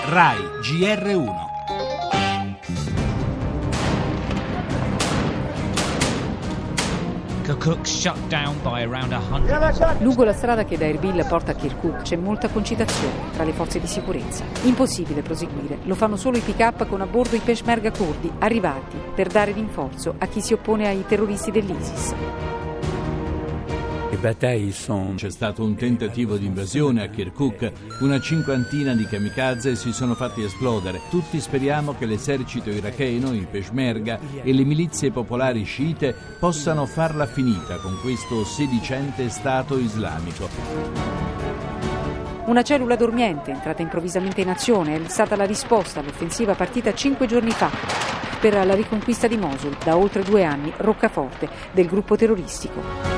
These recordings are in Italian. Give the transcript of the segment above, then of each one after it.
Rai GR1. Lungo la strada che da Erbil porta a Kirkuk c'è molta concitazione tra le forze di sicurezza. Impossibile proseguire, lo fanno solo i pick-up con a bordo i peshmerga curdi, arrivati per dare rinforzo a chi si oppone ai terroristi dell'ISIS. C'è stato un tentativo di invasione a Kirkuk, una cinquantina di kamikaze si sono fatti esplodere. Tutti speriamo che l'esercito iracheno, i peshmerga e le milizie popolari sciite possano farla finita con questo sedicente Stato islamico. Una cellula dormiente entrata improvvisamente in azione è stata la risposta all'offensiva partita 5 giorni fa per la riconquista di Mosul, da oltre 2 anni roccaforte del gruppo terroristico.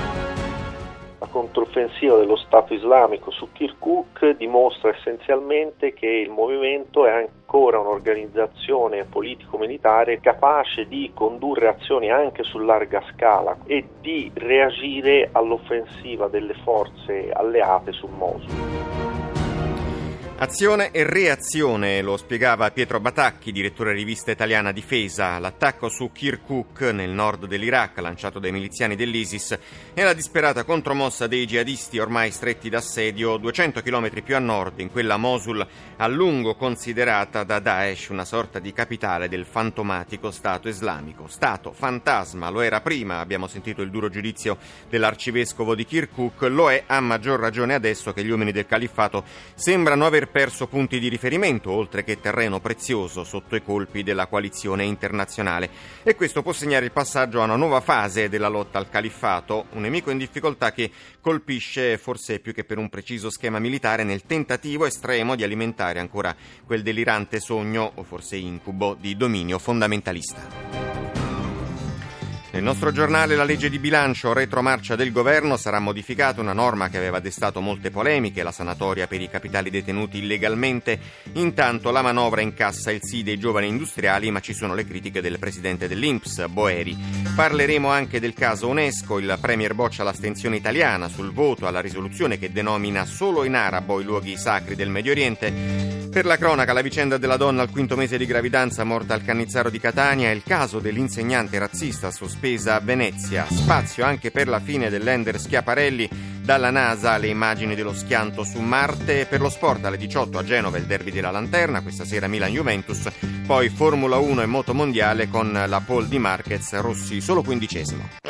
La controffensiva dello Stato islamico su Kirkuk dimostra essenzialmente che il movimento è ancora un'organizzazione politico-militare capace di condurre azioni anche su larga scala e di reagire all'offensiva delle forze alleate su Mosul. Azione e reazione, lo spiegava Pietro Batacchi, direttore rivista italiana Difesa. L'attacco su Kirkuk, nel nord dell'Iraq, lanciato dai miliziani dell'ISIS, è la disperata contromossa dei jihadisti ormai stretti d'assedio 200 km più a nord, in quella Mosul a lungo considerata da Daesh una sorta di capitale del fantomatico Stato islamico. Stato fantasma, lo era prima, abbiamo sentito il duro giudizio dell'arcivescovo di Kirkuk, lo è a maggior ragione adesso che gli uomini del califfato sembrano aver perso punti di riferimento, oltre che terreno prezioso sotto i colpi della coalizione internazionale. E questo può segnare il passaggio a una nuova fase della lotta al califfato, un nemico in difficoltà che colpisce, forse più che per un preciso schema militare, nel tentativo estremo di alimentare ancora quel delirante sogno, o forse incubo, di dominio fondamentalista. Nel nostro giornale la legge di bilancio, retromarcia del governo, sarà modificata una norma che aveva destato molte polemiche, la sanatoria per i capitali detenuti illegalmente. Intanto la manovra incassa il sì dei giovani industriali, ma ci sono le critiche del presidente dell'INPS, Boeri. Parleremo anche del caso UNESCO, il premier boccia l'astensione italiana sul voto alla risoluzione che denomina solo in arabo i luoghi sacri del Medio Oriente. Per la cronaca, la vicenda della donna al 5º mese di gravidanza morta al Cannizzaro di Catania e il caso dell'insegnante razzista sospesa a Venezia. Spazio anche per la fine dell'Ender Schiaparelli, dalla NASA alle immagini dello schianto su Marte. Per lo sport alle 18 a Genova il derby della Lanterna, questa sera Milan-Juventus, poi Formula 1 e Moto Mondiale con la pole di Marquez, Rossi solo 15°.